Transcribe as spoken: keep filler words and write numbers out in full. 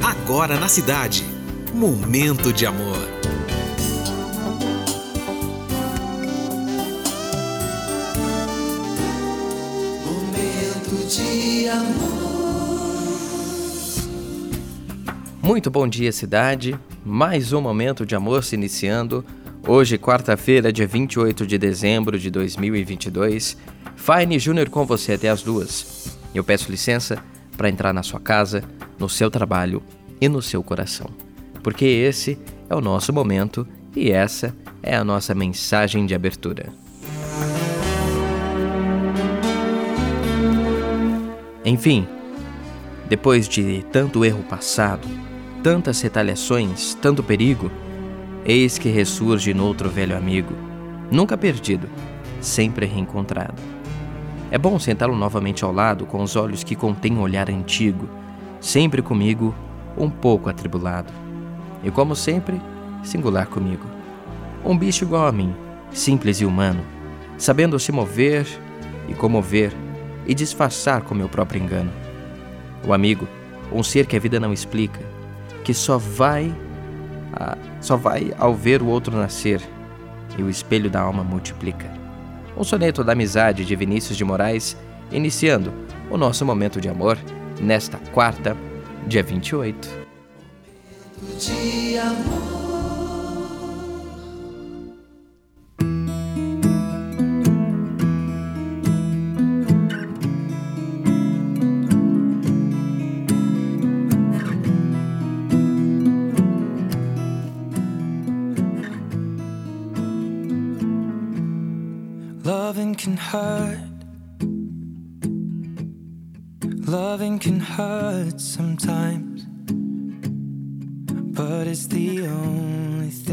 Agora na cidade. Momento de amor. Momento de amor. Muito bom dia, cidade. Mais um Momento de Amor se iniciando. Hoje, quarta-feira, dia vinte e oito de dezembro de dois mil e vinte e dois. Fine Júnior com você até as duas. Eu peço licença para entrar na sua casa, no seu trabalho e no seu coração. Porque esse é o nosso momento e essa é a nossa mensagem de abertura. Enfim, depois de tanto erro passado, tantas retaliações, tanto perigo, eis que ressurge noutro velho amigo, nunca perdido, sempre reencontrado. É bom sentá-lo novamente ao lado com os olhos que contêm um olhar antigo, sempre comigo, um pouco atribulado. E como sempre, singular comigo. Um bicho igual a mim, simples e humano, sabendo se mover e comover e disfarçar com meu próprio engano. O amigo, um ser que a vida não explica, que só vai, a, só vai ao ver o outro nascer e o espelho da alma multiplica. Um soneto da amizade de Vinícius de Moraes, iniciando o nosso momento de amor nesta quarta, dia vinte e oito. De amor. Loving can hurt. Loving can hurt sometimes, but it's the only